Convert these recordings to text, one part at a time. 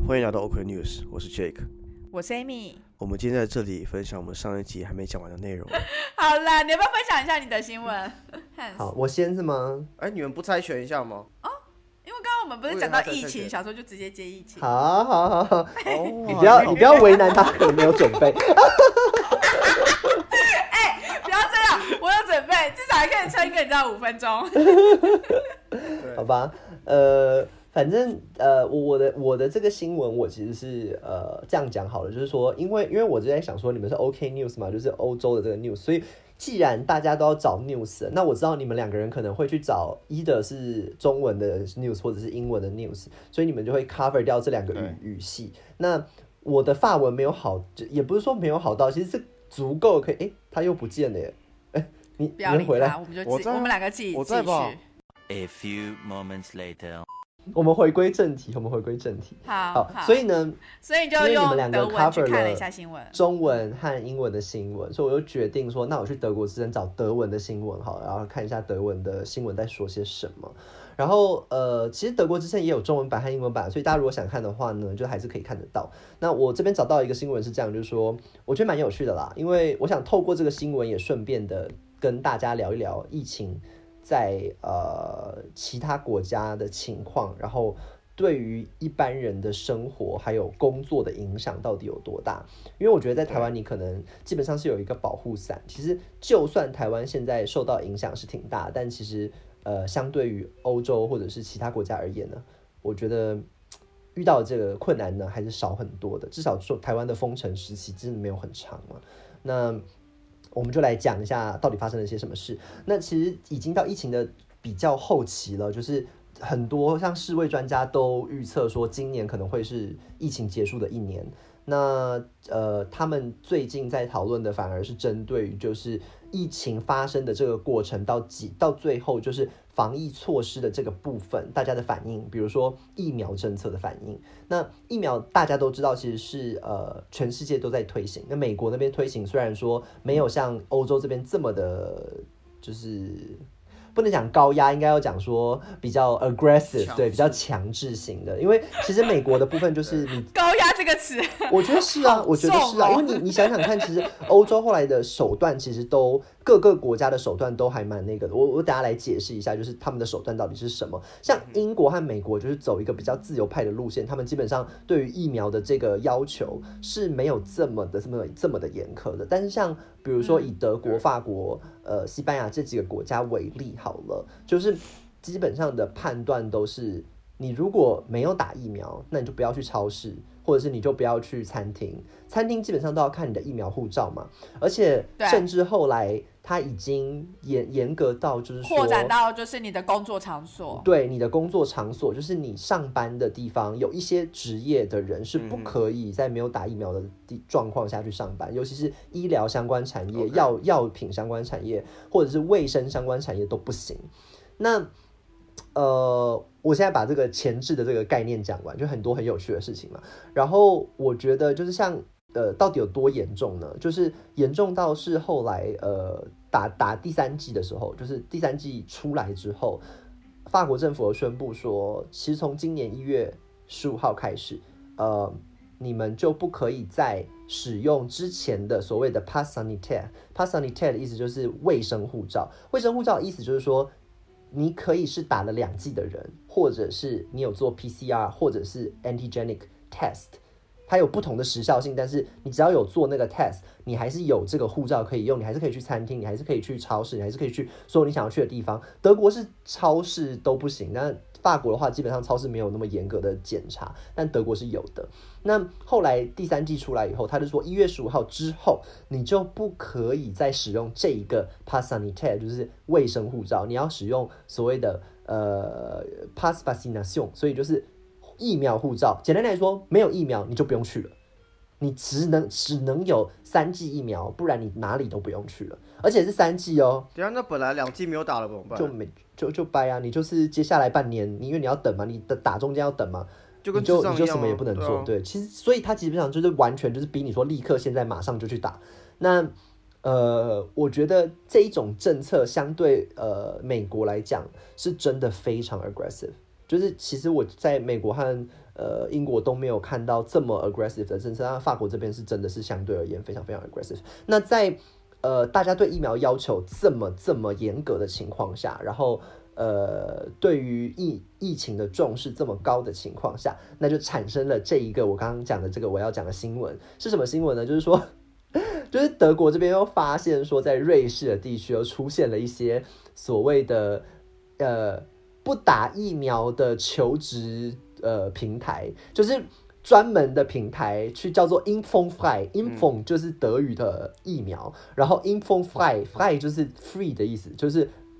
欢迎来到 OK News， 我是 Jake， 我是 Amy。 我们今天在这里分享我们上一集还没讲完的内容。 好啦，你要不要分享一下你的新闻？ 好，我先是吗？ 你们不猜拳一下吗？ 因为刚刚我们不是讲到疫情，想说就直接接疫情。 好，你不要为难他，可能没有准备。 不要这样，我有准备，至少还可以撑一个，你知道5分钟。 好吧，反正我的这个新闻，我其实是这样讲好了，就是说，因为我就在想说，你们是 OK News 嘛，就是欧洲的这个 news， 所以既然大家都要找 news， 那我知道你们两个人可能会去找either是中文的 news 或者是英文的 news， 所以你们就会 cover 掉这两个语系。那我的法文没有好，也不是说没有好到，其实是足够可以。他又不见了耶！你不要理回来， 我们两个自己继续。 A few moments later， 我们回归正题。 好， 所以呢， 所以你就用德文去看了一下新闻， 中文和英文的新闻，所以我就决定说，那我去德国之声找德文的新闻好了，然后看一下德文的新闻在说些什么。然后其实德国之声也有中文版和英文版，所以大家如果想看的话呢，就还是可以看得到。那我这边找到一个新闻是这样，就是说我觉得蛮有趣的啦，因为我想透过这个新闻也顺便的跟大家聊一聊疫情在其他国家的情况，然后对于一般人的生活还有工作的影响到底有多大。因为我觉得在台湾你可能基本上是有一个保护伞，其实就算台湾现在受到影响是挺大，但其实相对于欧洲或者是其他国家而言呢，我觉得遇到这个困难呢还是少很多的，至少说台湾的封城时期真的没有很长嘛。那我们就来讲一下到底发生了些什么事。那其实已经到疫情的比较后期了，就是很多像世卫专家都预测说今年可能会是疫情结束的一年。那他们最近在讨论的反而是针对于就是疫情发生的这个过程到最后就是防疫措施的这个部分，大家的反应，比如说疫苗政策的反应。那疫苗大家都知道其实是全世界都在推行，那美国那边推行虽然说没有像欧洲这边这么的就是不能讲高压，应该要讲说比较 aggressive， 对，比较强制型的。因为其实美国的部分就是你高压这个词， 我觉得是啊，因为你想想看，其实欧洲后来的手段其实都各个国家的手段都还蛮那个的。我等下来解释一下，就是他们的手段到底是什么。像英国和美国就是走一个比较自由派的路线，他们基本上对于疫苗的这个要求是没有这么的严苛的。但是像比如说以德国、法国、西班牙这几个国家为例好了，就是基本上的判断都是，你如果没有打疫苗，那你就不要去超市，或者是你就不要去餐厅。餐厅基本上都要看你的疫苗护照嘛，而且甚至后来它已经严格到就是说扩展到就是你的工作场所， 对，你的工作场所，就是你上班的地方，有一些职业的人是不可以在没有打疫苗的状况下去上班，尤其是医疗相关产业、药品相关产业或者是卫生相关产业都不行。那我现在把这个前置的这个概念讲完，就很多很有趣的事情嘛。然后我觉得就是像到底有多严重呢？就是严重到是后来打第3剂的时候，就是第3剂出来之后，法国政府有宣布说，其实从今年1月15号开始，你们就不可以再使用之前的所谓的 Pass Sanitaire。Pass Sanitaire 的意思就是卫生护照。卫生护照的意思就是说，你可以是打了2剂的人，或者是你有做 PCR 或者是 antigenic test， 它有不同的时效性，但是你只要有做那个 test， 你还是有这个护照可以用，你还是可以去餐厅，你还是可以去超市，你还是可以去所有你想要去的地方。德国是超市都不行，那法国的话基本上超市没有那么严格的检查，但德国是有的。那后来第3剂出来以后，他就说1月15号之后你就不可以再使用这一个 Pass Sanitaire， 就是卫生护照，你要使用所谓的Pass Vaccination， 所以就是疫苗护照。简单来说，没有疫苗你就不用去了，你只能有3剂疫苗，不然你哪里都不用去了，而且是3剂哦。 对啊，那本来2剂没有打了怎么办？ 就掰啊！你就是接下来半年，因为你要等嘛，你打中间要等嘛， 就跟智障一样你就什么也不能做。对，其实所以他基本上就是完全就是逼你说立刻现在马上就去打。那我觉得这一种政策相对美国来讲是真的非常 aggressive。 就是其实我在美国和英国都没有看到这么 aggressive 的政策，那法国这边是真的是相对而言非常非常 aggressive。那在大家对疫苗要求这么严格的情况下，然后对于疫情的重视这么高的情况下，那就产生了这一个我刚刚讲的这个我要讲的新闻。是什么新闻呢？就是说，就是德国这边又发现说，在瑞士的地区又出现了一些所谓的不打疫苗的求职平台，就是专门的平台去叫做 Impfung，Impfung 就是德语的疫苗，然后 Impfung frei 就是 free 的意思，就是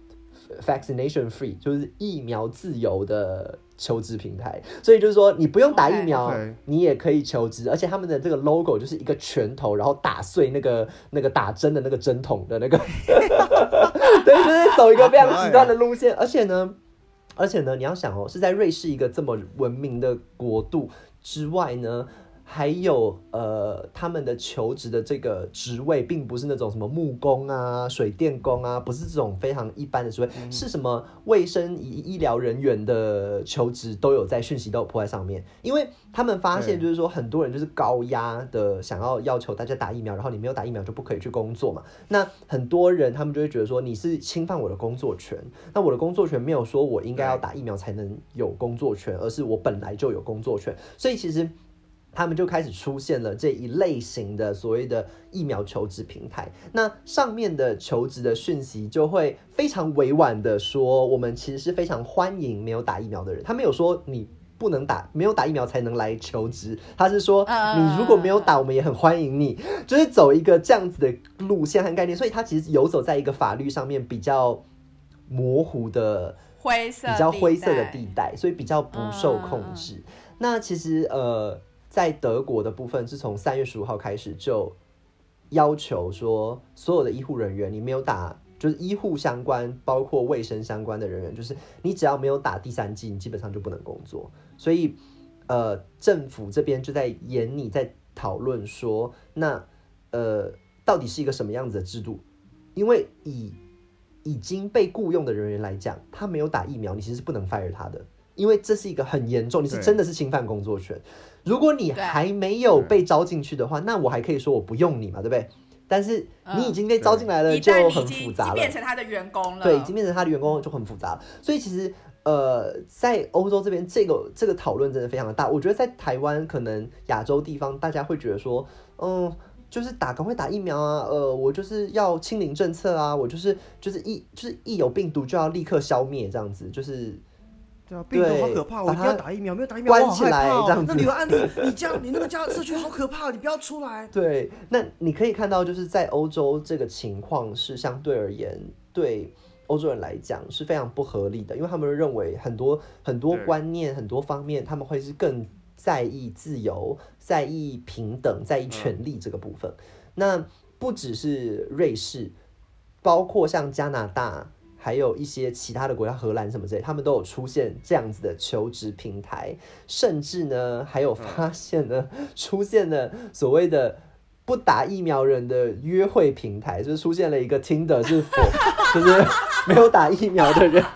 vaccination free 就是疫苗自由的求职平台，所以就是说你不用打疫苗，你也可以求职，而且他们的这个 logo 就是一个拳头，然后打碎那个打针的那个针筒的那个，对，就是走一个非常极端的路线，而且呢，你要想哦，是在瑞士一个这么文明的国度之外呢，还有他们的求职的这个职位，并不是那种什么木工啊、水电工啊，不是这种非常一般的职位，是什么卫生医疗人员的求职都有在讯息都有铺在上面，因为他们发现就是说很多人就是高压的想要求大家打疫苗，然后你没有打疫苗就不可以去工作嘛。那很多人他们就会觉得说你是侵犯我的工作权，那我的工作权没有说我应该要打疫苗才能有工作权，而是我本来就有工作权，所以其实他们就开始出现了这一类型的所谓的疫苗求职平台，那上面的求职的讯息就会非常委婉的说，我们其实是非常欢迎没有打疫苗的人，他没有说你不能打，没有打疫苗才能来求职，他是说你如果没有打，我们也很欢迎你，就是走一个这样子的路线和概念，所以他其实游走在一个法律上面比较模糊的比较灰色的地带，所以比较不受控制。那其实在德国的部分是从3月15号开始就要求说，所有的医护人员你没有打，就是医护相关包括卫生相关的人员，就是你只要没有打第3剂，你基本上就不能工作。所以政府这边就在研拟在讨论说，那到底是一个什么样子的制度？因为已经被雇佣的人员来讲，他没有打疫苗，你其实是不能 fire 他的，因为这是一个很严重，你是真的是侵犯工作权。如果你还没有被招进去的话，那我还可以说我不用你嘛，对不对？但是你已经被招进来了，就很复杂了。 变成他的员工了， 对，已经变成他的员工就很复杂了。所以其实在欧洲这边，这个讨论真的非常的大。我觉得在台湾可能亚洲地方，大家会觉得说，就是赶快打疫苗啊，我就是要清零政策啊，我就是一有病毒就要立刻消灭这样子，就是。 对啊，病毒好可怕，我一定要打疫苗，没有打疫苗关起来这样子。 那你有案例，你那个家社区好可怕，你不要出来。 对，那你可以看到，就是在欧洲这个情况是相对而言，对欧洲人来讲是非常不合理的，因为他们认为很多观念、很多方面，他们会是更在意自由、在意平等、在意权利这个部分。那不只是瑞士，包括像加拿大。还有一些其他的国家，荷兰什么之类，他们都有出现这样子的求职平台，甚至呢，还有发现呢，出现了所谓的不打疫苗人的约会平台，就是出现了一个 Tinder 是否就是没有打疫苗的人，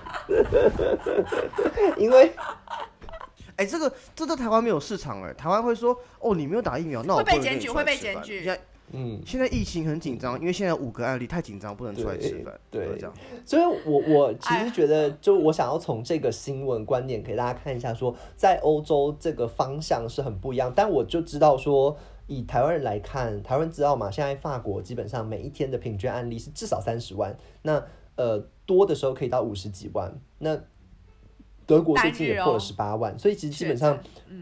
因为。 这在台湾没有市场台湾会说你没有打疫苗，那我会被检举，会被检举。 现在疫情很紧张，因为现在5个案例太紧张，不能出来吃饭。 对， 这样。 所以我其实觉得，就我想要从这个新闻观点给大家看一下说，在欧洲这个方向是很不一样。但我就知道说，以台湾人来看，台湾知道嘛，现在法国基本上每一天的平均案例是至少30万，那多的时候可以到50几万。那德国最近也破了18万，所以其实基本上，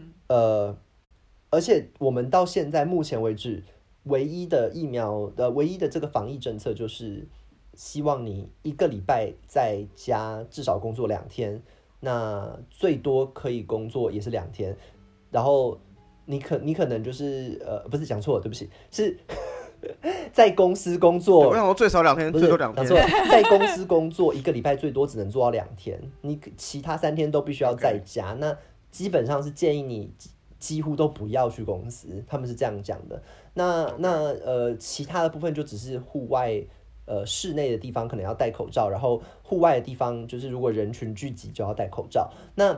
而且我们到现在目前为止。唯一的疫苗唯一的这个防疫政策就是希望你1个礼拜在家至少工作2天，那最多可以工作也是2天，然后你可能就是不是讲错了，对不起，是在公司工作， 我想说最少2天，最多2天。 在公司工作1个礼拜最多只能做到2天，你其他3天都必须要在家。那基本上是建议你几乎都不要去公司，他们是这样讲的。那其他的部分就只是户外室内的地方可能要戴口罩，然后户外的地方就是如果人群聚集就要戴口罩。那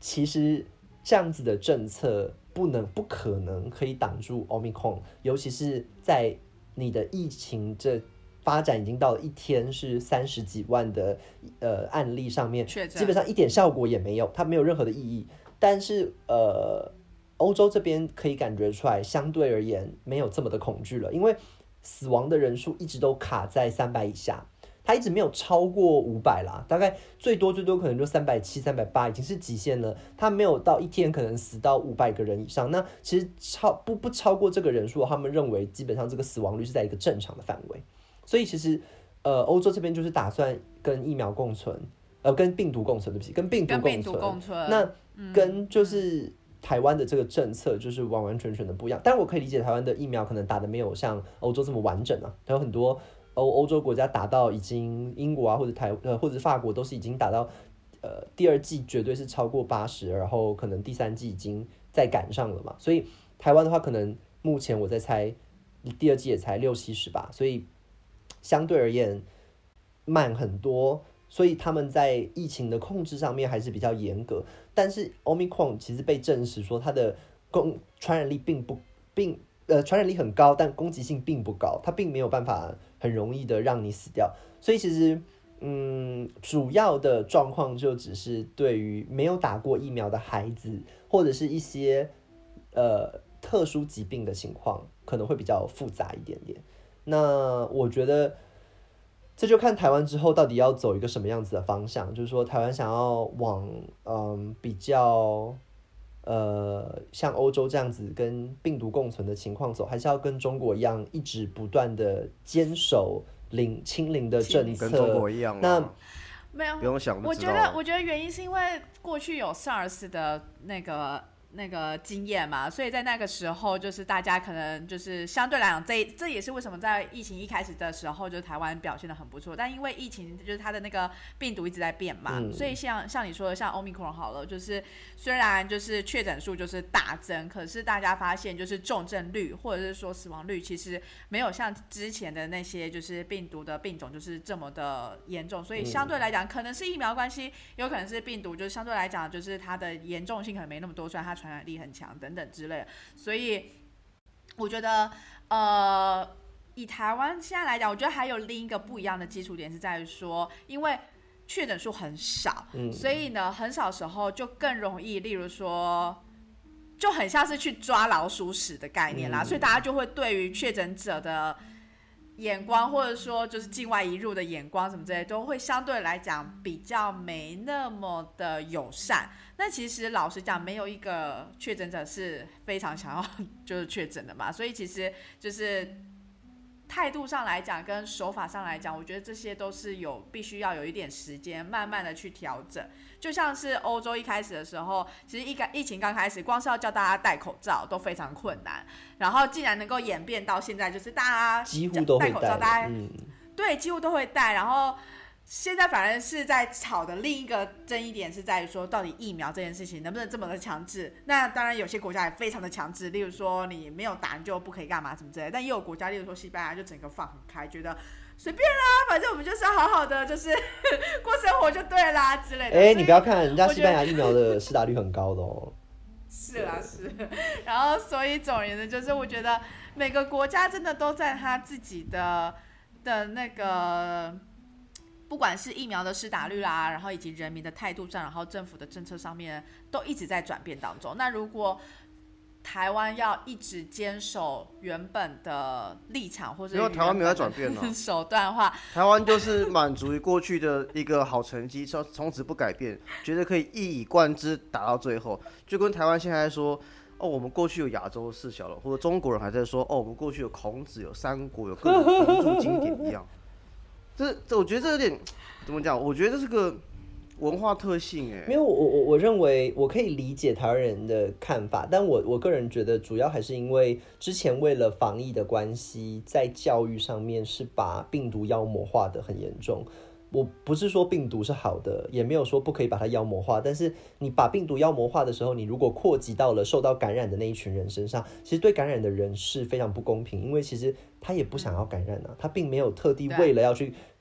其实这样子的政策不可能可以挡住 Omicron， 尤其是在你的疫情这发展已经到了一天是30几万的案例上面，基本上一点效果也没有，它没有任何的意义。但是欧洲这边可以感觉出来，相对而言没有这么的恐惧了，因为死亡的人数一直都卡在300以下。它一直没有超过500啦，大概最多可能就370、380，已经是极限了。它没有到一天可能死到500个人以上。那其实不超过这个人数，他们认为基本上这个死亡率是在一个正常的范围。所以其实欧洲这边就是打算跟疫苗共存，跟病毒共存，对不起，跟病毒共存。那跟就是台湾的这个政策就是完完全全的不一样。但我可以理解台湾的疫苗可能打的没有像欧洲这么完整啊，还有很多。欧洲国家打到已经英国啊或者法国都是已经打到第2剂绝对是超过80，然后可能第3剂已经在赶上了嘛。所以台湾的话，可能目前我在猜第2剂也才60-70吧，所以相对而言慢很多。所以他们在疫情的控制上面还是比较严格。但是 Omicron 其实被证实说它的传染力传染力很高，但攻击性并不高，它并没有办法很容易的让你死掉。所以其实主要的状况就只是对于没有打过疫苗的孩子，或者是一些特殊疾病的情况，可能会比较复杂一点点。那我觉得这就看台湾之后到底要走一个什么样子的方向，就是说台湾想要往比较像欧洲这样子跟病毒共存的情况走，还是要跟中国一样一直不断的坚守清零的政策， 跟中国一样。 那没有， 不用想。 我觉得原因是因为过去有 SARS 的那个经验嘛，所以在那个时候就是大家可能就是相对来讲，这也是为什么在疫情一开始的时候，就是台湾表现得很不错。但因为疫情就是它的那个病毒一直在变嘛，所以像你说的，像 Omicron 好了，就是虽然就是确诊数就是大增，可是大家发现就是重症率或者是说死亡率其实没有像之前的那些就是病毒的病种就是这么的严重，所以相对来讲，可能是疫苗关系，有可能是病毒就是相对来讲就是它的严重性可能没那么多，虽然它传染力很强等等之类的。所以我觉得以台湾现在来讲，我觉得还有另一个不一样的基础点是在于说，因为确诊数很少，所以呢很少时候就更容易，例如说就很像是去抓老鼠屎的概念啦，所以大家就会对于确诊者的眼光，或者说就是境外移入的眼光什么之类的，都会相对来讲比较没那么的友善。那其实老实讲，没有一个确诊者是非常想要就是确诊的嘛，所以其实就是态度上来讲跟手法上来讲，我觉得这些都是必须要有一点时间慢慢的去调整。就像是欧洲一开始的时候，其实疫情刚开始，光是要叫大家戴口罩都非常困难，然后竟然能够演变到现在，就是大家几乎都会戴口罩，大家对几乎都会戴，然后现在反而是在吵的另一个争议点是在于说，到底疫苗这件事情能不能这么的强制？那当然有些国家也非常的强制，例如说你没有打你就不可以干嘛什么之类的，但也有国家，例如说西班牙就整个放很开，觉得随便啦，反正我们就是要好好的就是过生活就对啦之类的。 你不要看人家西班牙疫苗的施打率很高的哦。 是啦是，然后所以总而言之，就是我觉得每个国家真的都在他自己的那个。不管是疫苗的施打率啦，然后以及人民的态度上，然后政府的政策上面都一直在转变当中。那如果台湾要一直坚守原本的立场，或者因为台湾没有在转变手段的话， 台湾就是满足于过去的一个好成绩，从此不改变，觉得可以一以贯之打到最后。就跟台湾现在说，我们过去有亚洲四小龙，或者中国人还在说，我们过去有孔子、有三国、有各种名著经典一样。这我觉得这有点怎么讲？我觉得这是个文化特性没有，我认为我可以理解台湾人的看法，但我个人觉得主要还是因为之前为了防疫的关系，在教育上面是把病毒妖魔化的很严重。我不是说病毒是好的，也没有说不可以把它妖魔化，但是你把病毒妖魔化的时候，你如果扩及到了受到感染的那一群人身上，其实对感染的人是非常不公平，因为其实他也不想要感染啊，他并没有特地为了要去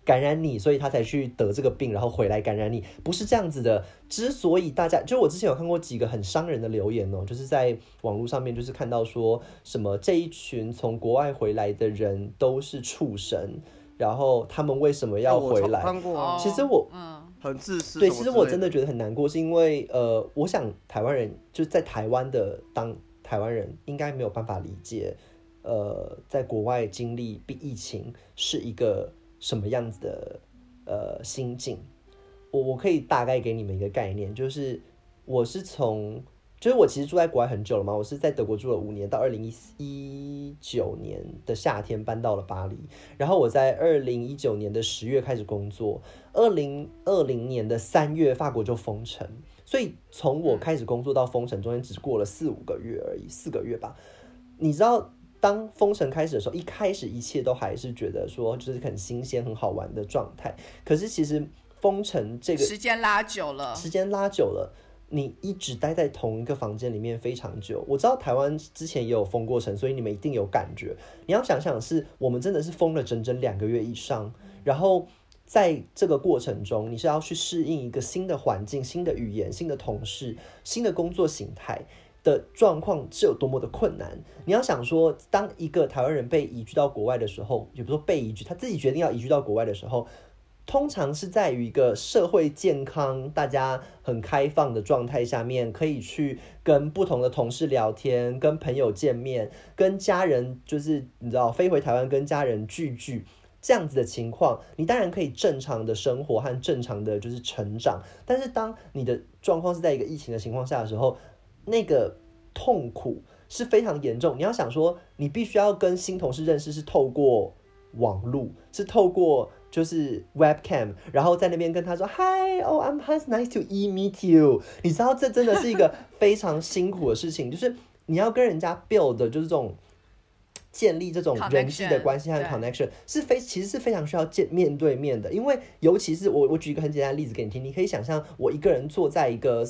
感染你，所以他才去得这个病，然后回来感染你，不是这样子的。之所以大家，就我之前有看过几个很伤人的留言哦，就是在网络上面就是看到说什么这一群从国外回来的人都是畜生，然后他们为什么要回来？ 看过啊， 其实我很自私。 对，其实我真的觉得很难过，是因为我想台湾人就在台湾的当台湾人应该没有办法理解，在国外经历疫情是一个什么样子的心境。我可以大概给你们一个概念，就是我其实住在国外很久了嘛，我是在德国住了5年，到2019年的夏天搬到了巴黎，然后我在2019年的10月开始工作，2020年的3月法国就封城，所以从我开始工作到封城中间只过了4-5个月而已，4个月吧。你知道当封城开始的时候，一开始一切都还是觉得说就是很新鲜很好玩的状态，可是其实封城这个时间拉久了，你一直待在同一个房间里面非常久。我知道台湾之前也有封过城，所以你们一定有感觉。你要想想，是我们真的是封了整整2个月以上，然后在这个过程中，你是要去适应一个新的环境、新的语言、新的同事、新的工作形态的状况是有多么的困难。你要想说，当一个台湾人被移居到国外的时候，也不是说被移居，他自己决定要移居到国外的时候，通常是在于一个社会健康、大家很开放的状态下面，可以去跟不同的同事聊天，跟朋友见面，跟家人就是你知道飞回台湾跟家人聚这样子的情况，你当然可以正常的生活和正常的就是成长。但是当你的状况是在一个疫情的情况下的时候，那个痛苦是非常严重。你要想说，你必须要跟新同事认识是透过网路，是透过就是 webcam， 然后在那边跟他说 Hi, oh I'm nice to meet you。 你知道这真的是一个非常辛苦的事情，就是你要跟人家 build 的就是这种建立这种人际的关系和 connection 其实是非常需要面对面的。因为尤其是我举一个很简单的例子给你听，你可以想象我一个人坐在一个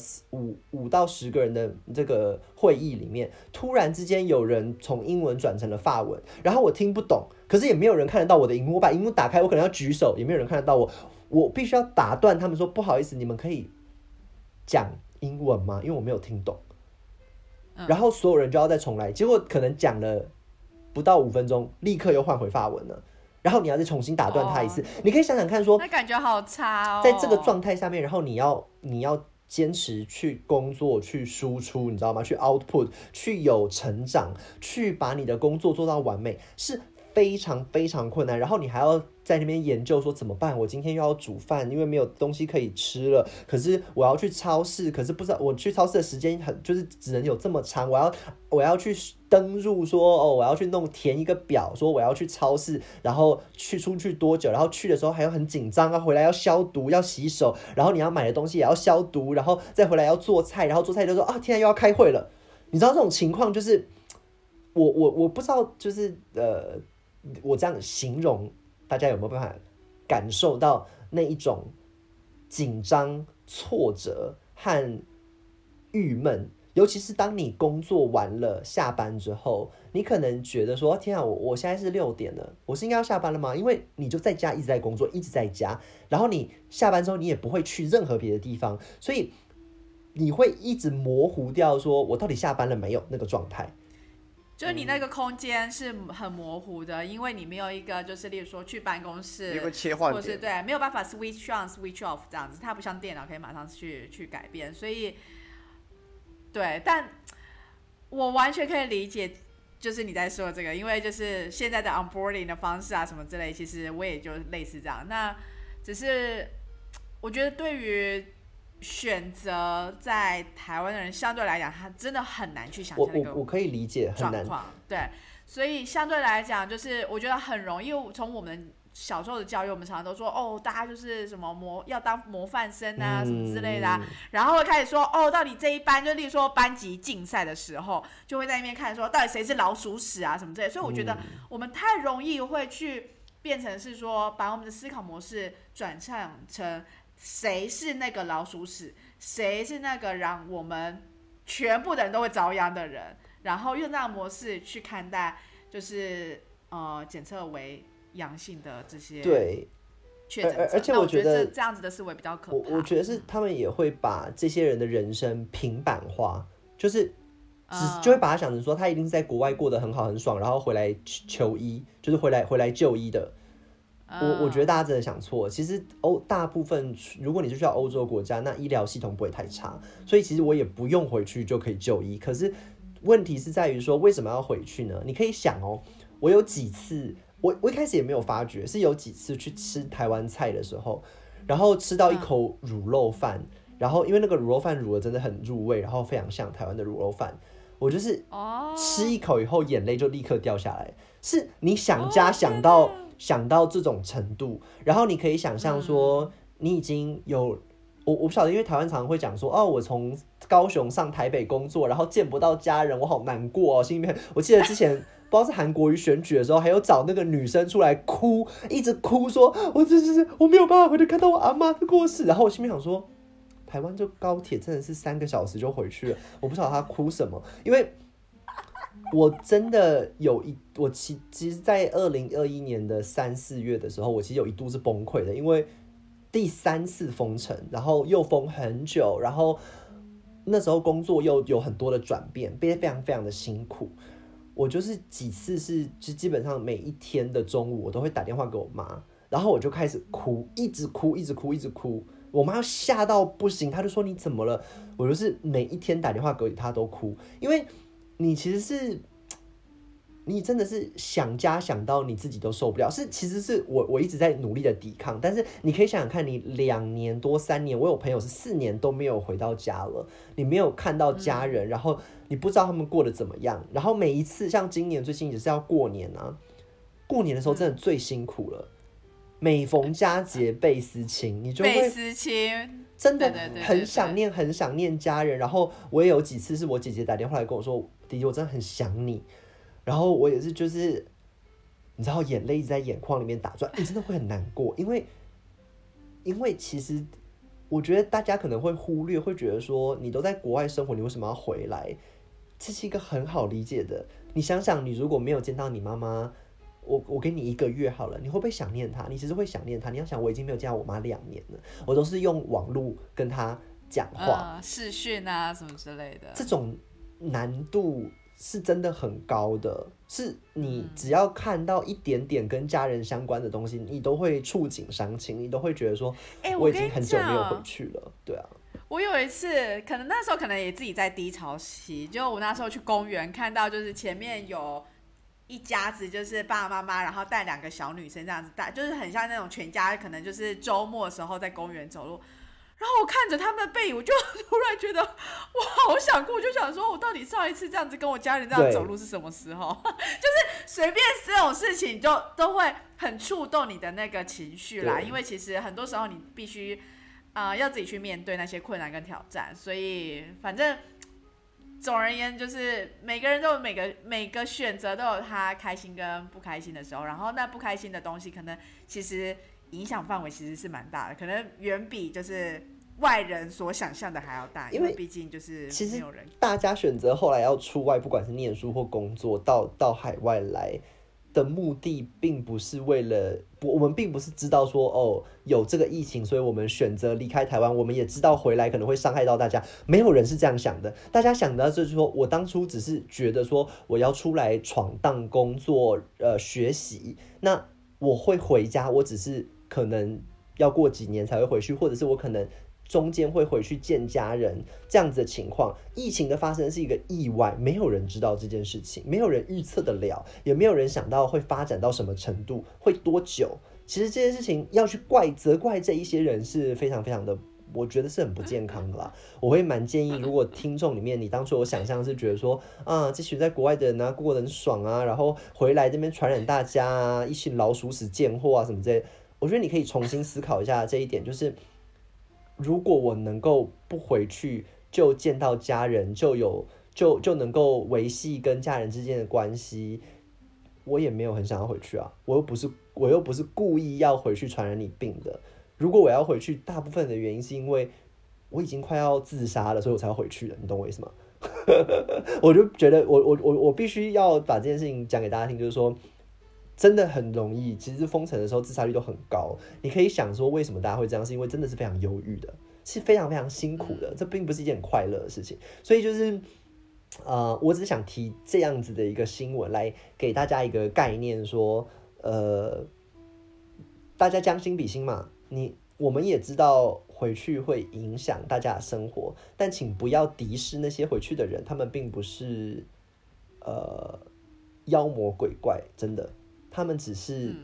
5到10个人的这个会议里面，突然之间有人从英文转成了法文，然后我听不懂，可是也没有人看得到我的荧幕，我把荧幕打开，我可能要举手，也没有人看得到我必须要打断他们说，不好意思，你们可以讲英文吗？因为我没有听懂。然后所有人就要再重来，结果可能讲了不到5分钟，立刻又换回法文了，然后你要再重新打断他一次。你可以想想看说， 那感觉好差哦。 在这个状态下面，然后你要坚持去工作，去输出，你知道吗？去 output， 去有成长，去把你的工作做到完美，是非常非常困难。然后你还要在那边研究说怎么办，我今天又要煮饭，因为没有东西可以吃了，可是我要去超市，可是不知道我去超市的时间就是只能有这么长，我要去登入说我要去填一个表，说我要去超市，然后出去多久，然后去的时候还要很紧张，回来要消毒要洗手，然后你要买的东西也要消毒，然后再回来要做菜，然后做菜就说天啊又要开会了。你知道这种情况就是我不知道就是我这样形容大家有没有办法感受到那一种紧张、挫折和郁闷？尤其是当你工作完了下班之后，你可能觉得说天啊，我现在是6点了，我是应该要下班了吗？因为你就在家一直在工作，一直在家，然后你下班之后你也不会去任何别的地方，所以你会一直模糊掉说我到底下班了没有那个状态。 就是你那个空间是很模糊的，因为你没有一个就是例如说去办公室， 一个切换点， 或是对没有办法 switch on switch off 这样子，它不像电脑可以马上去改变，所以对，但我完全可以理解，就是你在说这个，因为就是现在的 onboarding 的方式啊什么之类，其实我也就类似这样。那只是我觉得对于选择在台湾的人相对来讲，他真的很难去想象那个我可以理解很难， 对，所以相对来讲，就是我觉得很容易。从我们小时候的教育，我们常常都说大家就是什么要当模范生啊，什么之类的啊，然后会开始说到底这一班，就例如说班级竞赛的时候，就会在那边看说到底谁是老鼠屎啊什么之类的。所以我觉得我们太容易会去变成是说，把我们的思考模式转向成谁是那个老鼠屎，谁是那个让我们全部的人都会遭殃的人，然后用这样的模式去看待，就是检测为阳性的这些。 对， 确诊者。 而且我觉得这样子的思维比较可怕。 我觉得是他们也会把这些人的人生平板化，就是就会把他想成说他一定是在国外过得很好很爽，然后回来求医，就是回来就医的。我觉得大家真的想错，其实大部分如果你是去到欧洲国家，那医疗系统不会太差，所以其实我也不用回去就可以就医。可是问题是在于说为什么要回去呢？你可以想我有几次我一开始也没有发觉，是有几次去吃台湾菜的时候，然后吃到一口卤肉饭，然后因为那个卤肉饭卤的真的很入味，然后非常像台湾的卤肉饭，我就是吃一口以后眼泪就立刻掉下来，是你想家想到这种程度，然后你可以想象说你已经有我不晓得，因为台湾常常会讲说我从高雄上台北工作，然后见不到家人，我好难过心里面。我记得之前不知道是韩国瑜选举的时候，还有找那个女生出来哭，一直哭说我没有办法回去看到我阿妈的过世，然后我心里想说台湾就高铁真的是3个小时就回去了，我不晓得她哭什么，因为我真的我其实在2021年的3、4月的时候，我其实有一度是崩溃的，因为第3次封城，然后又封很久，然后那时候工作又有很多的转变，非常非常的辛苦。我就是几次是基本上每一天的中午，我都会打电话给我妈，然后我就开始哭，一直哭，一直哭，一直哭。我妈吓到不行，她就说你怎么了？我就是每一天打电话给她都哭，因为你其实是。你真的是想家想到你自己都受不了，其实是我一直在努力的抵抗，但是你可以想想看，你2年多3年，我有朋友是4年都没有回到家了，你没有看到家人，然后你不知道他们过得怎么样，然后每一次像今年最近也是要过年啊，过年的时候真的最辛苦了，每逢佳节倍思亲，你就会倍思亲。 真的很想念很想念家人，然后我也有几次是我姐姐打电话来跟我说，弟弟我真的很想你，然后我也是就是你知道眼泪一直在眼眶里面打转，你真的会很难过，因为其实我觉得大家可能会忽略，会觉得说你都在国外生活，你为什么要回来？这是一个很好理解的，你想想，你如果没有见到你妈妈，我给你1个月好了，你会不会想念她？你其实会想念她。你要想，我已经没有见到我妈2年了，我都是用网络跟她讲话， 视讯啊什么之类的。 这种难度是真的很高的，是你只要看到一点点跟家人相关的东西，你都会触景伤情，你都会觉得说，我已经很久没有回去了。对啊。 我有一次，可能那时候可能也自己在低潮期，就我那时候去公园看到，就是前面有一家子，就是爸爸妈妈，然后带2个小女生这样子带，就是很像那种全家可能就是周末的时候在公园走路。然后我看着他们的背影，我就突然觉得我好想哭，我就想说，我到底上一次这样子跟我家人这样走路是什么时候？就是随便这种事情都会很触动你的那个情绪啦。因为其实很多时候你必须要自己去面对那些困难跟挑战，所以反正总而言之，就是每个人都有每个选择都有他开心跟不开心的时候，然后那不开心的东西可能其实影响范围其实是蛮大的，可能远比就是外人所想象的还要大，因为毕竟就是没有人。 大家选择后来要出外，不管是念书或工作，到海外来的目的，并不是为了我们并不是知道说有这个疫情，所以我们选择离开台湾。我们也知道回来可能会伤害到大家，没有人是这样想的。大家想的就是说，我当初只是觉得说我要出来闯荡、工作、学习，那我会回家，我只是可能要过几年才会回去，或者是我可能中间会回去见家人，这样子的情况。疫情的发生是一个意外，没有人知道这件事情，没有人预测得了，也没有人想到会发展到什么程度，会多久。其实这件事情要去责怪这一些人是非常非常的，我觉得是很不健康的啦。我会蛮建议，如果听众里面你当初有想象是觉得说这群在国外的人啊过得很爽啊，然后回来这边传染大家啊，一群老鼠屎贱货啊什么之类的，我觉得你可以重新思考一下这一点，就是如果我能够不回去就见到家人，就能够维系跟家人之间的关系，我也没有很想要回去啊，我又不是故意要回去传染你病的。如果我要回去，大部分的原因是因为我已经快要自杀了，所以我才要回去了，你懂我意思吗？我就觉得我必须要把这件事情讲给大家听，就是说真的很容易，其实封城的时候自杀率都很高。你可以想说，为什么大家会这样？是因为真的是非常忧郁的，是非常非常辛苦的，这并不是一件很快乐的事情。所以就是，我只想提这样子的一个新闻，来给大家一个概念，说，大家将心比心嘛。我们也知道回去会影响大家的生活，但请不要敌视那些回去的人，他们并不是妖魔鬼怪，真的。他们只是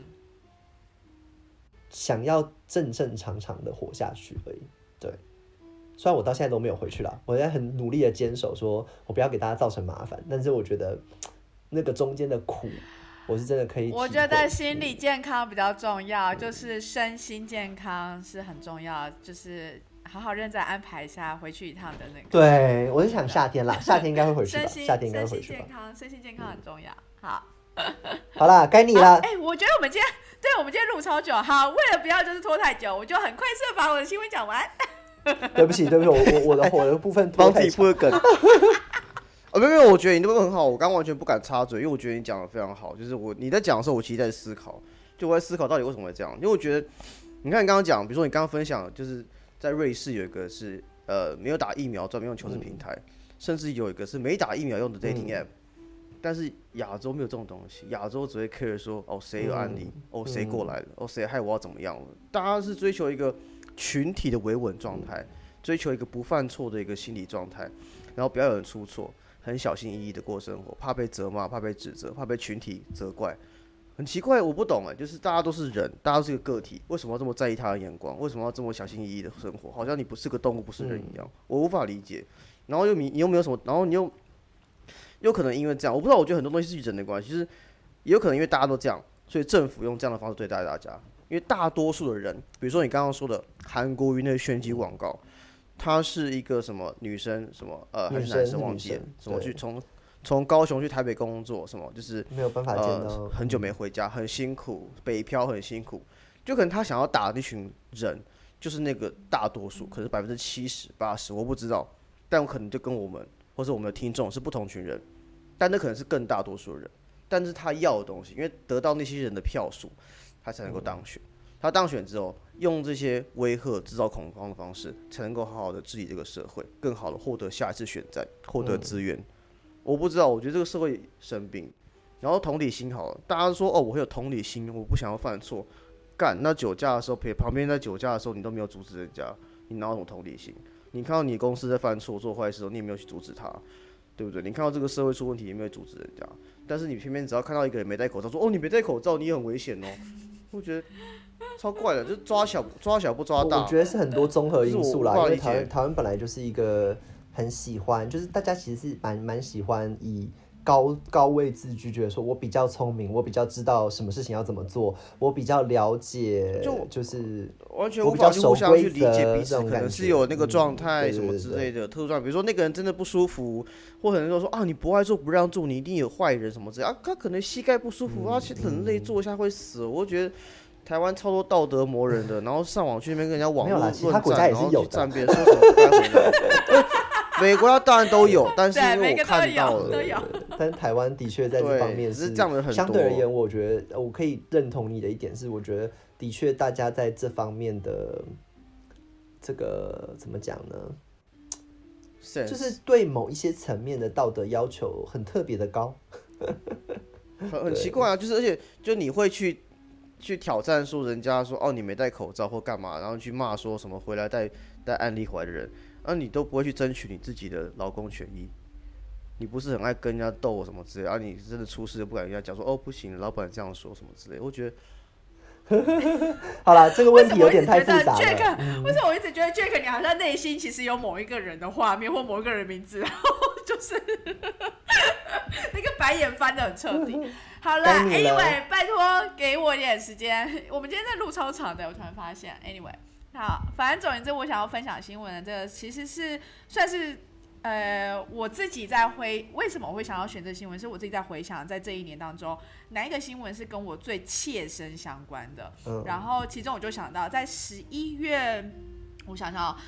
想要正正常常的活下去而已。对，虽然我到现在都没有回去啦，我在很努力的坚守，说我不要给大家造成麻烦，但是我觉得那个中间的苦，我是真的可以体会。 我觉得心理健康比较重要，就是身心健康是很重要，就是好好认真安排一下回去一趟的那个。 对，我是想夏天啦，夏天应该会回去吧，夏天应该会回去吧。 身心健康很重要。好。 好啦，该你了。 我觉得我们今天录超久，好，为了不要就是拖太久，我就很快速地把我的新闻讲完。 对不起，我的部分帮自己铺个梗。没有，我觉得你那个很好，我刚完全不敢插嘴，因为我觉得你讲的非常好。就是你在讲的时候，我其实在思考，就我在思考到底为什么会这样。因为我觉得，你看你刚刚讲，比如说你刚刚分享，就是在瑞士有一个是没有打疫苗专门用求职平台，甚至有一个是没打疫苗用的 dating app。但是亚洲没有这种东西，亚洲只会 care 说谁有案例，谁过来了，谁害我要怎么样了。大家是追求一个群体的维稳状态，追求一个不犯错的一个心理状态，然后不要有人出错，很小心翼翼的过生活，怕被责骂，怕被指责，怕被群体责怪。很奇怪，我不懂就是大家都是人，大家都是一个个体，为什么要这么在意他的眼光？为什么要这么小心翼翼的生活？好像你不是个动物，不是人一样，我无法理解。然后你又没有什么，然后你又。有可能因为这样，我不知道，我觉得很多东西是人的关系，就是也有可能因为大家都这样，所以政府用这样的方式对待大家。因为大多数的人，比如说你刚刚说的韩国瑜那个炫技广告，他是一个什么女生什么还是男生忘记了，什么去从高雄去台北工作，什么就是没有办法见到， 很久没回家，很辛苦，北漂很辛苦，就可能他想要打的那群人就是那个大多数，可是70%、80%我不知道，但我可能就跟我们或是我们的听众是不同群人。但那可能是更大多数的人，但是他要的东西，因为得到那些人的票数，他才能够当选。他当选之后，用这些威吓、制造恐慌的方式，才能够好好的治理这个社会，更好的获得下一次选战，获得资源。我不知道，我觉得这个社会生病，然后同理心好了，大家说我会有同理心，我不想要犯错。干，那酒驾的时候，旁边在酒驾的时候，你都没有阻止人家，你哪有什么同理心？你看到你公司在犯错、做坏事的时候，你也没有去阻止他。对不对？你看到这个社会出问题，也没有阻止人家，但是你偏偏只要看到一个人没戴口罩，说你没戴口罩，你也很危险哦。我觉得超怪的，就是抓小不抓大。 我觉得是很多综合因素啦，因为台湾本来就是一个很喜欢，就是大家其实是蛮喜欢以高位自居，觉得说我比较聪明，我比较知道什么事情要怎么做，我比较了解，就是完全无法去互相去理解彼此，可能是有那个状态什么之类的特殊状态，比如说那个人真的不舒服，或者说你不爱做不让做，你一定有坏人什么之类他可能膝盖不舒服，他很累，坐一下会死。我觉得台湾超多道德魔人的，然后上网去那边跟人家网络论战，然后去站别人说什么不该回来。美国当然都有，但是因为我看到了， 但是台湾的确在这方面是这样的很多。 相对而言，我觉得我可以认同你的一点是，我觉得的确大家在这方面的这个怎么讲呢？就是对某一些层面的道德要求很特别的高， 很奇怪啊！就是而且就你会去挑战说人家说你没戴口罩或干嘛，然后去骂说什么回来带案例回来的人。你都不会去争取你自己的劳工权益，你不是很爱跟人家斗什么之类你真的出事就不敢跟人家讲说不行，老板这样说什么之类。我觉得， 好啦，这个问题有点太复杂了。 为什么我一直觉得 Jack 你好像内心其实有某一个人的画面或某一个人名字，然后就是那个白眼翻得很彻底。好了 ，Anyway， 拜托给我一点时间，我们今天在录超长的，我突然发现 ，Anyway。好，反正总言之，我想要分享新闻的这个，其实是算是我自己在为什么我会想要选这新闻，是我自己在回想，在这一年当中，哪一个新闻是跟我最切身相关的。然后其中我就想到，在11月，我想想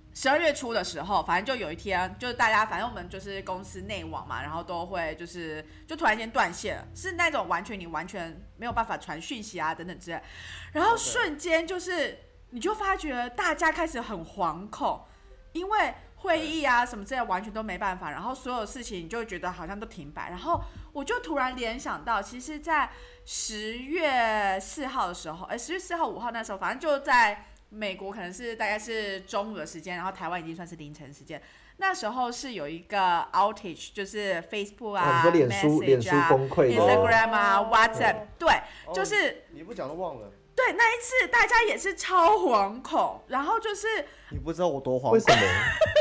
12月初的时候，反正就有一天，就是大家，反正我们就是公司内网嘛，然后都会就突然间断线了，是那种你完全没有办法传讯息啊等等之类，然后瞬间就是你就发觉大家开始很惶恐，因为会议啊什么之类完全都没办法，然后所有事情你就会觉得好像都停摆，然后我就突然联想到，其实在10月4号的时候，10月4号5号那时候，反正就在美国可能是大概是中午的时间，然后台湾已经算是凌晨时间。那时候是有一个 outage， 就是 Facebook 啊、 脸书 Message 啊、 崩溃 Instagram 啊、WhatsApp， 对，就是你不讲都忘了。 对，那一次大家也是超惶恐，然后就是你不知道我多惶恐， 为什么？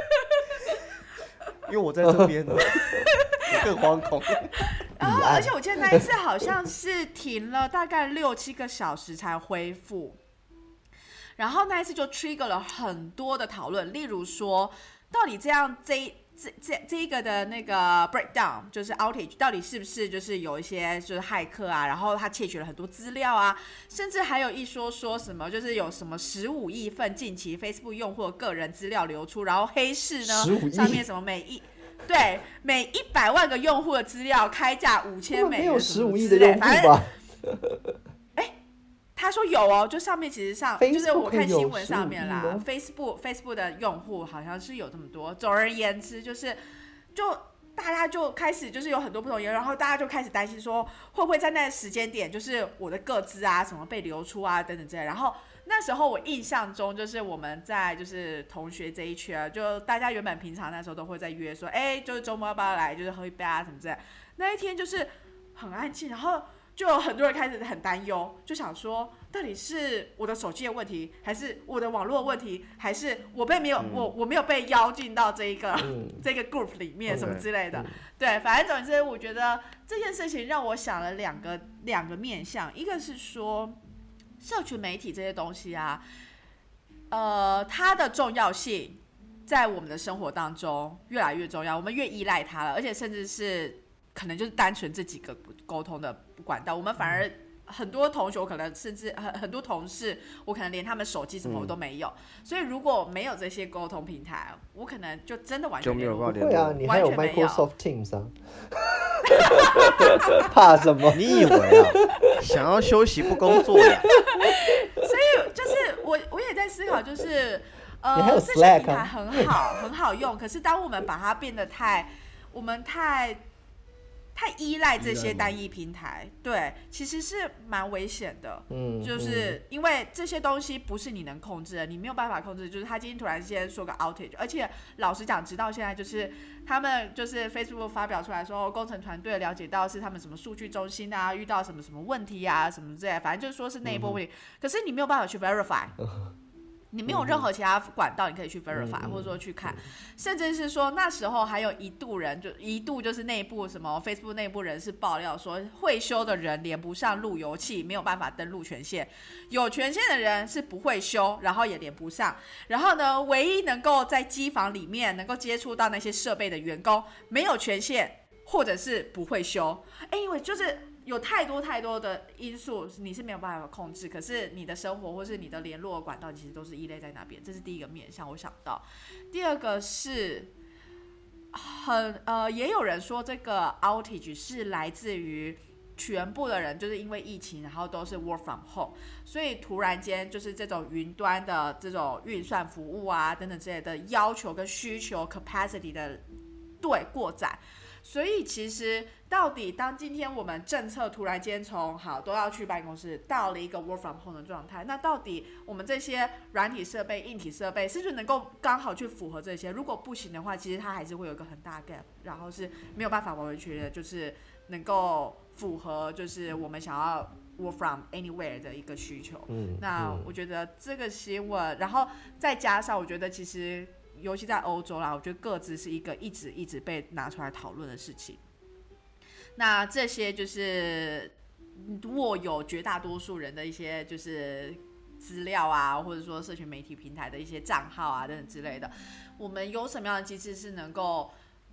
因为我在这边，我更惶恐。 然后，而且我记得那一次好像是停了大概6、7个小时才恢复。然后那一次就 trigger 了很多的讨论，例如说，到底这样这一个的那个 breakdown 就是 outage， 到底是不是就是有一些就是骇客啊，然后他窃取了很多资料啊，甚至还有一说什么就是有什么15亿份近期 Facebook 用户的个人资料流出，然后黑市呢上面什么每100万个用户的资料开价5000美元， 没有15亿的用户吧？ 他说有哦，就上面其实上就是我看新闻上面啦 ，Facebook 的用户好像是有这么多。总而言之，就大家就开始就是有很多不同言论，然后大家就开始担心说会不会在那个时间点，就是我的个资啊什么被流出啊等等之类。然后那时候我印象中就是我们在就是同学这一圈，就大家原本平常那时候都会在约说，就是周末要不要来就是喝一杯啊什么之类。那一天就是很安静，然后就有很多人开始很担忧，就想说到底是我的手机的问题，还是我的网络的问题，还是我没有被邀进到这个 group 里面什么之类的。对，反正总之我觉得这件事情让我想了两个面向，一个是说社群媒体这些东西啊，它的重要性在我们的生活当中越来越重要，我们越依赖它了，而且甚至是可能就是单纯这几个沟通的管道，我们反而很多同学，我可能甚至很多同事，我可能连他们手机什么我都没有，所以如果没有这些沟通平台，我可能就真的完全没有。 不会啊，你还有 Microsoft Teams 啊，怕什么？ 你以为啊，想要休息不工作呀？ 所以就是我也在思考，就是你还有这些 Slack 平台很好用，可是当我们把它变得太依赖这些单一平台，对，其实是蛮危险的。就是因为这些东西不是你能控制的，你没有办法控制。就是他今天突然间说个 outage， 而且老实讲，直到现在就是他们就是 Facebook 发表出来说，工程团队了解到是他们什么数据中心啊遇到什么问题啊什么之类的，反正就是说是内部问题，可是你没有办法去 verify。你没有任何其他管道你可以去 verify，或者说去看，甚至是说那时候还有一度就是内部什么 Facebook 内部人士爆料说，会修的人连不上路由器，没有办法登录权限，有权限的人是不会修，然后也连不上，然后呢，唯一能够在机房里面能够接触到那些设备的员工没有权限或者是不会修，因为就是有太多的因素你是没有办法控制，可是你的生活或是你的联络管道其实都是依赖在那边，这是第一个面向我想到。第二个是也有人说这个 outage 是来自于全部的人就是因为疫情然后都是 work from home， 所以突然间就是这种云端的这种运算服务啊等等之类的要求跟需求 capacity 的过载。所以其实到底当今天我们政策突然间从都要去办公室到了一个 work from home 的状态，那到底我们这些软体设备硬体设备是不是能够刚好去符合这些？如果不行的话，其实它还是会有一个很大的 gap， 然后是没有办法完完全全的就是能够符合就是我们想要 work from anywhere 的一个需求。那我觉得这个新闻，然后再加上我觉得其实尤其在欧洲啦，我觉得个资是一个一直被拿出来讨论的事情。那这些就是握有绝大多数人的一些就是资料啊，或者说社群媒体平台的一些账号啊等等之类的，我们有什么样的机制是能够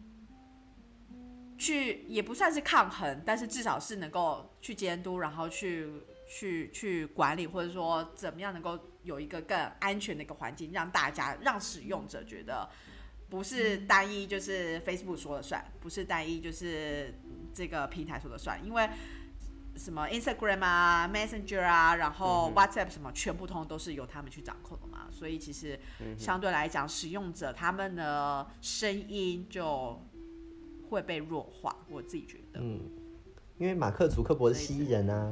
去也不算是抗衡，但是至少是能够去监督，然后去管理，或者说怎么样能够有一个更安全的一个环境，让使用者觉得不是单一就是 Facebook 说了算，不是单一就是这个平台说了算，因为什么 Instagram 啊 Messenger 啊，然后 WhatsApp 什么全部通都是由他们去掌控的嘛，所以其实相对来讲使用者他们的声音就会被弱化，我自己觉得因为马克·祖克伯是蜥蜴人啊。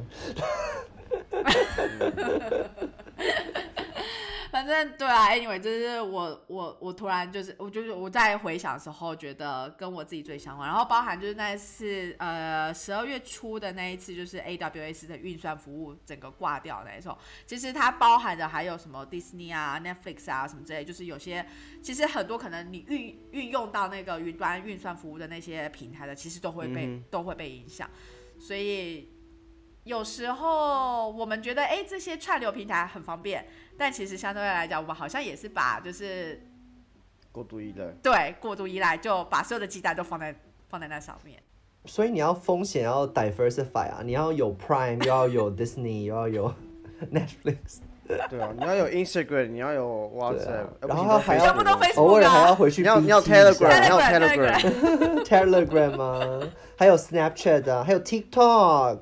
反正对啊 ，anyway， 就是我突然就是我在回想的时候，觉得跟我自己最相关。然后包含就是那一次12月初的那一次，就是 AWS 的运算服务整个挂掉那一种，其实它包含的还有什么 Disney 啊、Netflix 啊什么之类，就是有些其实很多可能你运用到那个云端运算服务的那些平台的，其实都会被影响，所以。有时候我们觉得这些串流平台很方便，但其实相对来讲我们好像也是把就是过度依赖， 对，过度依赖，就把所有的鸡蛋都放在那上面。 所以你要风险要 diversify 啊，你要有 Prime， 又要有 Disney， 又要有 Netflix。 对啊，你要有 Instagram， 你要有 WhatsApp， 然后还要全部都 Facebook， 偶尔还要回去你要 Telegram， 你要 Telegram， Telegram 啊，还有 Snapchat 啊，还有 TikTok。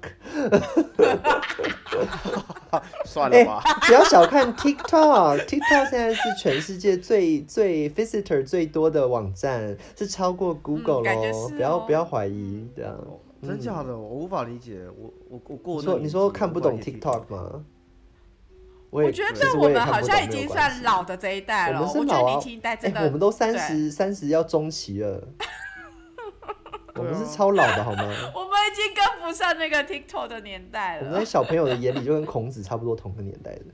算了吧， 不要小看 TikTok，TikTok 现在是全世界最 visitor 最多的网站，是超过 Google 咯，不要怀疑这样。 真假的，我无法理解，我过你说看不懂 TikTok 吗？ 我觉得我们好像已经算老的这一代了， 我们是老啊，我觉得年轻一代真的， 我们都30要中期了。我们是超老的好吗？ 我们已经跟不上那个 TikTok 的年代了。 我们在小朋友的眼里就跟孔子差不多同个年代的。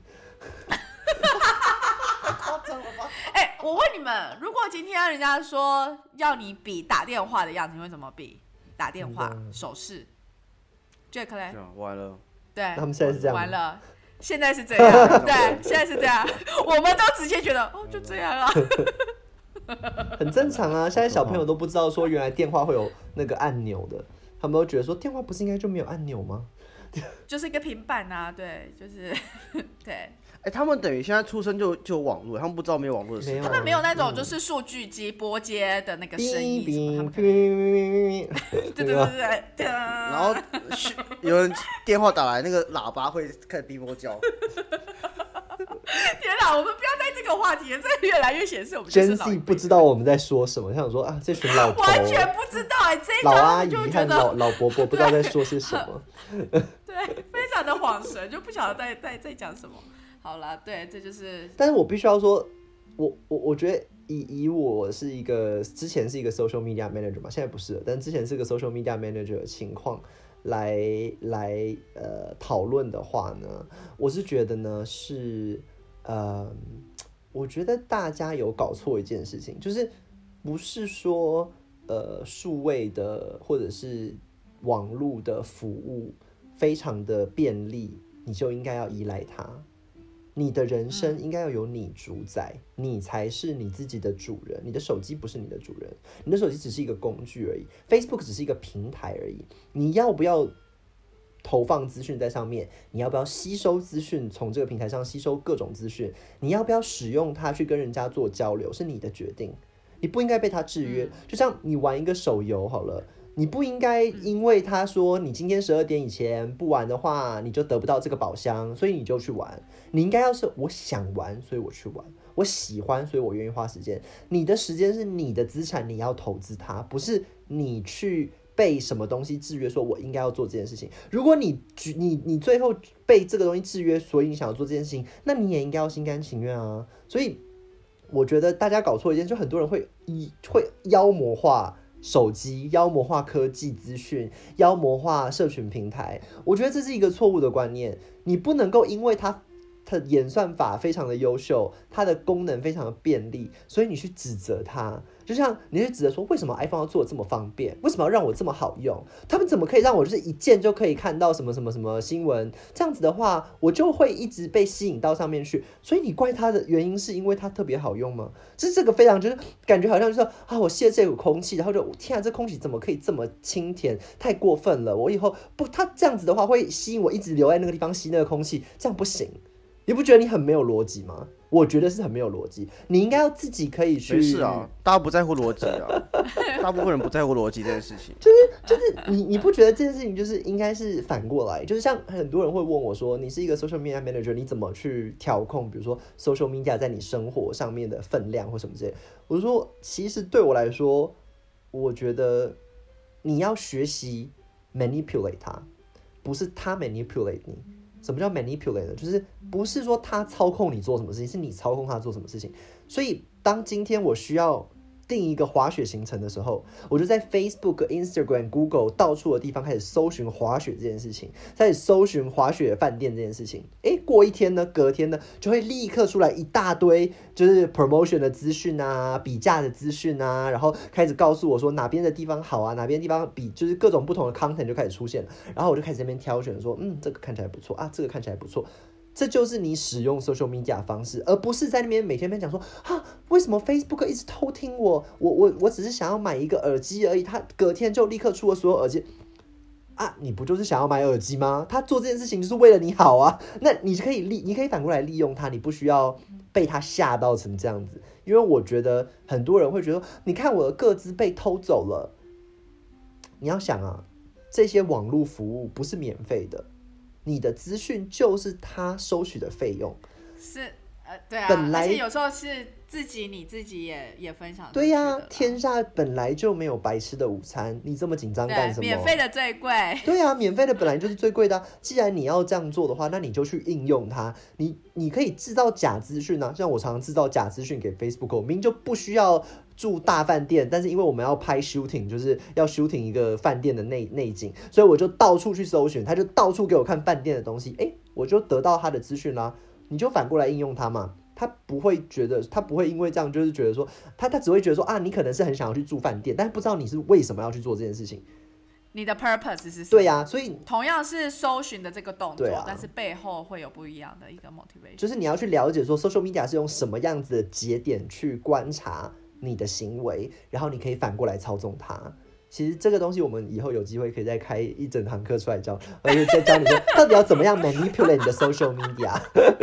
我问你们，如果今天人家说要你比打电话的样子，你会怎么比？打电话手势 ，Jack 嘞？ 完了。 对， 他们现在是这样。 完了，现在是这样。对，现在是这样。我们都直接觉得就这样啊。 很正常啊，现在小朋友都不知道说原来电话会有那个按钮的，他们都觉得说电话不是应该就没有按钮吗？ 就是一个平板啊，对，就是对。 他们等于现在出生就有网络，他们不知道没有网络的时候， 他们没有那种就是数据机拨接的那个声音什么，对。 然后有人电话打来，那个喇叭会开始哔啵叫。 天哪，我们不要在这个话题，这越来越显示我们就是老一辈。 Gen Z 不知道我们在说什么，想说啊，这群老头完全不知道这一老阿姨和老伯伯不知道在说些什么。 对，非常的恍神，就不晓得在讲什么。好了，对，这就是。 但是我必须要说，我觉得以我是之前是一个 social media manager 嘛，现在不是了，但之前是个 social media manager 的情况来讨论的话呢，我是觉得呢是我觉得大家有搞错一件事情，就是不是说数位的或者是网络的服务非常的便利，你就应该要依赖它。你的人生应该要由你主宰，你才是你自己的主人。你的手机不是你的主人，你的手机只是一个工具而已。Facebook 只是一个平台而已。你要不要投放资讯在上面？你要不要吸收资讯，从这个平台上吸收各种资讯？你要不要使用它去跟人家做交流？是你的决定，你不应该被它制约。就像你玩一个手游好了。你不应该因为他说你今天12点以前不玩的话，你就得不到这个宝箱，所以你就去玩。你应该要是我想玩，所以我去玩，我喜欢，所以我愿意花时间。你的时间是你的资产，你要投资它，不是你去被什么东西制约，说我应该要做这件事情。如果你最后被这个东西制约，所以你想要做这件事情，那你也应该要心甘情愿啊。所以我觉得大家搞错一件，就很多人会妖魔化手机，妖魔化科技资讯，妖魔化社群平台，我觉得这是一个错误的观念。你不能够因为它的演算法非常的优秀，它的功能非常的便利，所以你去指责它。就像你去指责说，为什么 iPhone 要做的这么方便？为什么要让我这么好用？他们怎么可以让我就是一键就可以看到什么什么什么新闻？这样子的话，我就会一直被吸引到上面去。所以你怪它的原因是因为它特别好用吗？就是这个非常就是感觉好像就是我吸了这股空气，然后就天啊，这空气怎么可以这么清甜？太过分了！我以后不，它这样子的话会吸引我一直留在那个地方吸那个空气，这样不行。 你不觉得你很没有逻辑吗？我觉得是很没有逻辑。你应该要自己可以去。 没事啊，大家不在乎逻辑啊，大部分人不在乎逻辑这件事情。 就是你不觉得这件事情就是应该是反过来？就是像很多人会问我说，你是一个 social media manager， 你怎么去调控，比如说 social media 在你生活上面的分量或什么之类？我就说，其实对我来说，我觉得你要学习 manipulate 它，不是他 manipulate 你。什么叫 manipulate 呢？就是不是说他操控你做什么事情，是你操控他做什么事情。所以当今天我需要定一个滑雪行程的时候，我就在 Facebook、Instagram、Google 到处的地方开始搜寻滑雪这件事情，开始搜寻滑雪饭店这件事情。过一天呢，隔天呢，就会立刻出来一大堆就是 promotion 的资讯啊，比价的资讯啊，然后开始告诉我说哪边的地方好啊，哪边的地方比，就是各种不同的 content 就开始出现了，然后我就开始在那边挑选说，这个看起来不错啊，这个看起来不错。这就是你使用 social media 的方式，而不是在那边每天讲说为什么 Facebook 一直偷听我只是想要买一个耳机而已，他隔天就立刻出了所有耳机啊！你不就是想要买耳机吗？他做这件事情就是为了你好啊！那你可以反过来利用他，你不需要被他吓到成这样子。因为我觉得很多人会觉得，你看我的个资被偷走了，你要想啊，这些网络服务不是免费的。你的资讯就是他收取的费用， 是对啊， 本来而且有时候是你自己也分享。 对呀，天下本来就没有白吃的午餐，你这么紧张干什么？ 免费的最贵。 对啊，免费的本来就是最贵的既然你要这样做的话，那你就去应用它。你可以制造假资讯啊，像我常常制造假资讯给 Facebook， 我明明就不需要住大饭店，但是因为我们要拍 shooting， 就是要 shooting 一个饭店的内景，所以我就到处去搜寻，他就到处给我看饭店的东西，我就得到他的资讯啦。你就反过来应用它嘛，他不会因为这样就是觉得说，他只会觉得说啊，你可能是很想要去住饭店，但是不知道你是为什么要去做这件事情。 你的 purpose 是什么？ 对呀，所以同样是搜寻的这个动作， 对啊， 但是背后会有不一样的一个 motivation。 就是你要去了解说 social media 是用什么样子的节点去观察你的行为，然后你可以反过来操纵它。其实这个东西我们以后有机会可以再开一整堂课出来教，而且再教你说到底要怎么样 manipulate 你的 social media。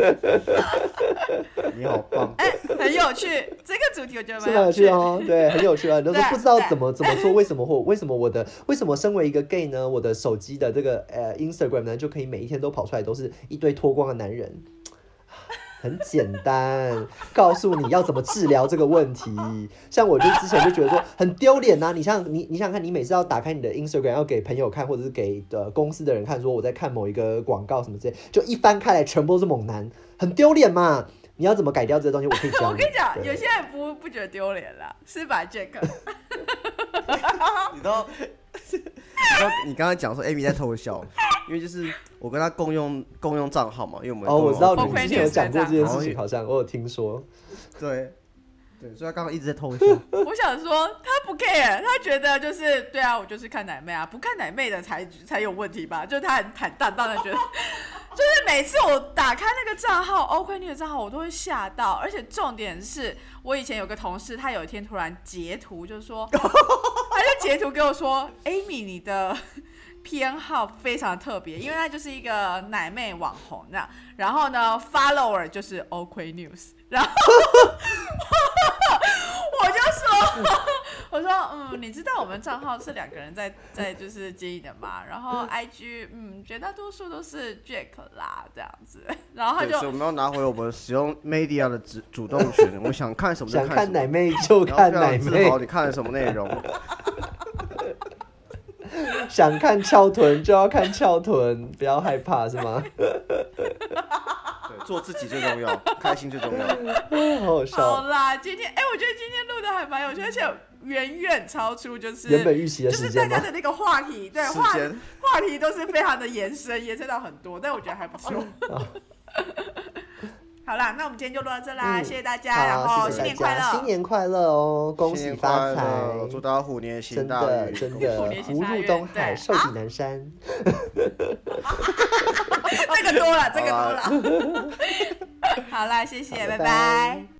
你好棒， 很有趣，这个主题我觉得是蛮有趣哦，对，很有趣啊。你都说不知道怎么做，为什么身为一个 gay 呢？我的手机的这个Instagram 呢，就可以每一天都跑出来都是一堆脱光的男人。很简单，告诉你要怎么治疗这个问题。像我就之前就觉得说很丢脸啊！你想看，你每次要打开你的 Instagram 要给朋友看，或者是给公司的人看，说我在看某一个广告什么之类，就一翻开来全部都是猛男，很丢脸嘛！你要怎么改掉这个东西？我可以教你。 我跟你讲，有些人不觉得丢脸啦，是吧 ，Jack？ 你知道你刚才讲说 Amy 在偷笑，因为就是我跟他共用账号嘛，因为我们我知道你之前有讲过这件事情，好像我有听说。 对，所以他刚刚一直在偷笑。 我想说他不 care， 他觉得就是对啊，我就是看奶妹啊，不看奶妹的才有问题吧？就他很坦荡荡的觉得，就是每次我打开那个账号 OK 那个账号，我都会吓到，而且重点是我以前有个同事，他有一天突然截图，就说他就截图给我说 ，Amy 你的偏好非常特别，因为他就是一个奶妹网红这样，然后呢 follower 就是 OK News， 然后我就说，我说你知道我们账号是2个人在就是经营的嘛，然后 IG 绝大多数都是 Jack 啦这样子，然后他就所以我们要拿回我们使用 media 的主动权，我想看什么就看什么， 想看奶妹就看奶妹， 你看了什么内容？ 想看翘臀就要看翘臀，不要害怕是吗？ 对，做自己最重要，开心最重要。 好好笑。 好啦，今天我觉得今天录的还蛮有趣，而且远远超出就是原本预期的时间吗？ 就是大家的那个话题，对话题都是非常的延伸到很多，但我觉得还不错。好啦，那我们今天就录到这啦，谢谢大家，然后新年快乐， 新年快乐哦，恭喜发财， 祝大家虎年行大运， 真的，福入东海，寿比南山。 这个多了。好啦，谢谢，拜拜。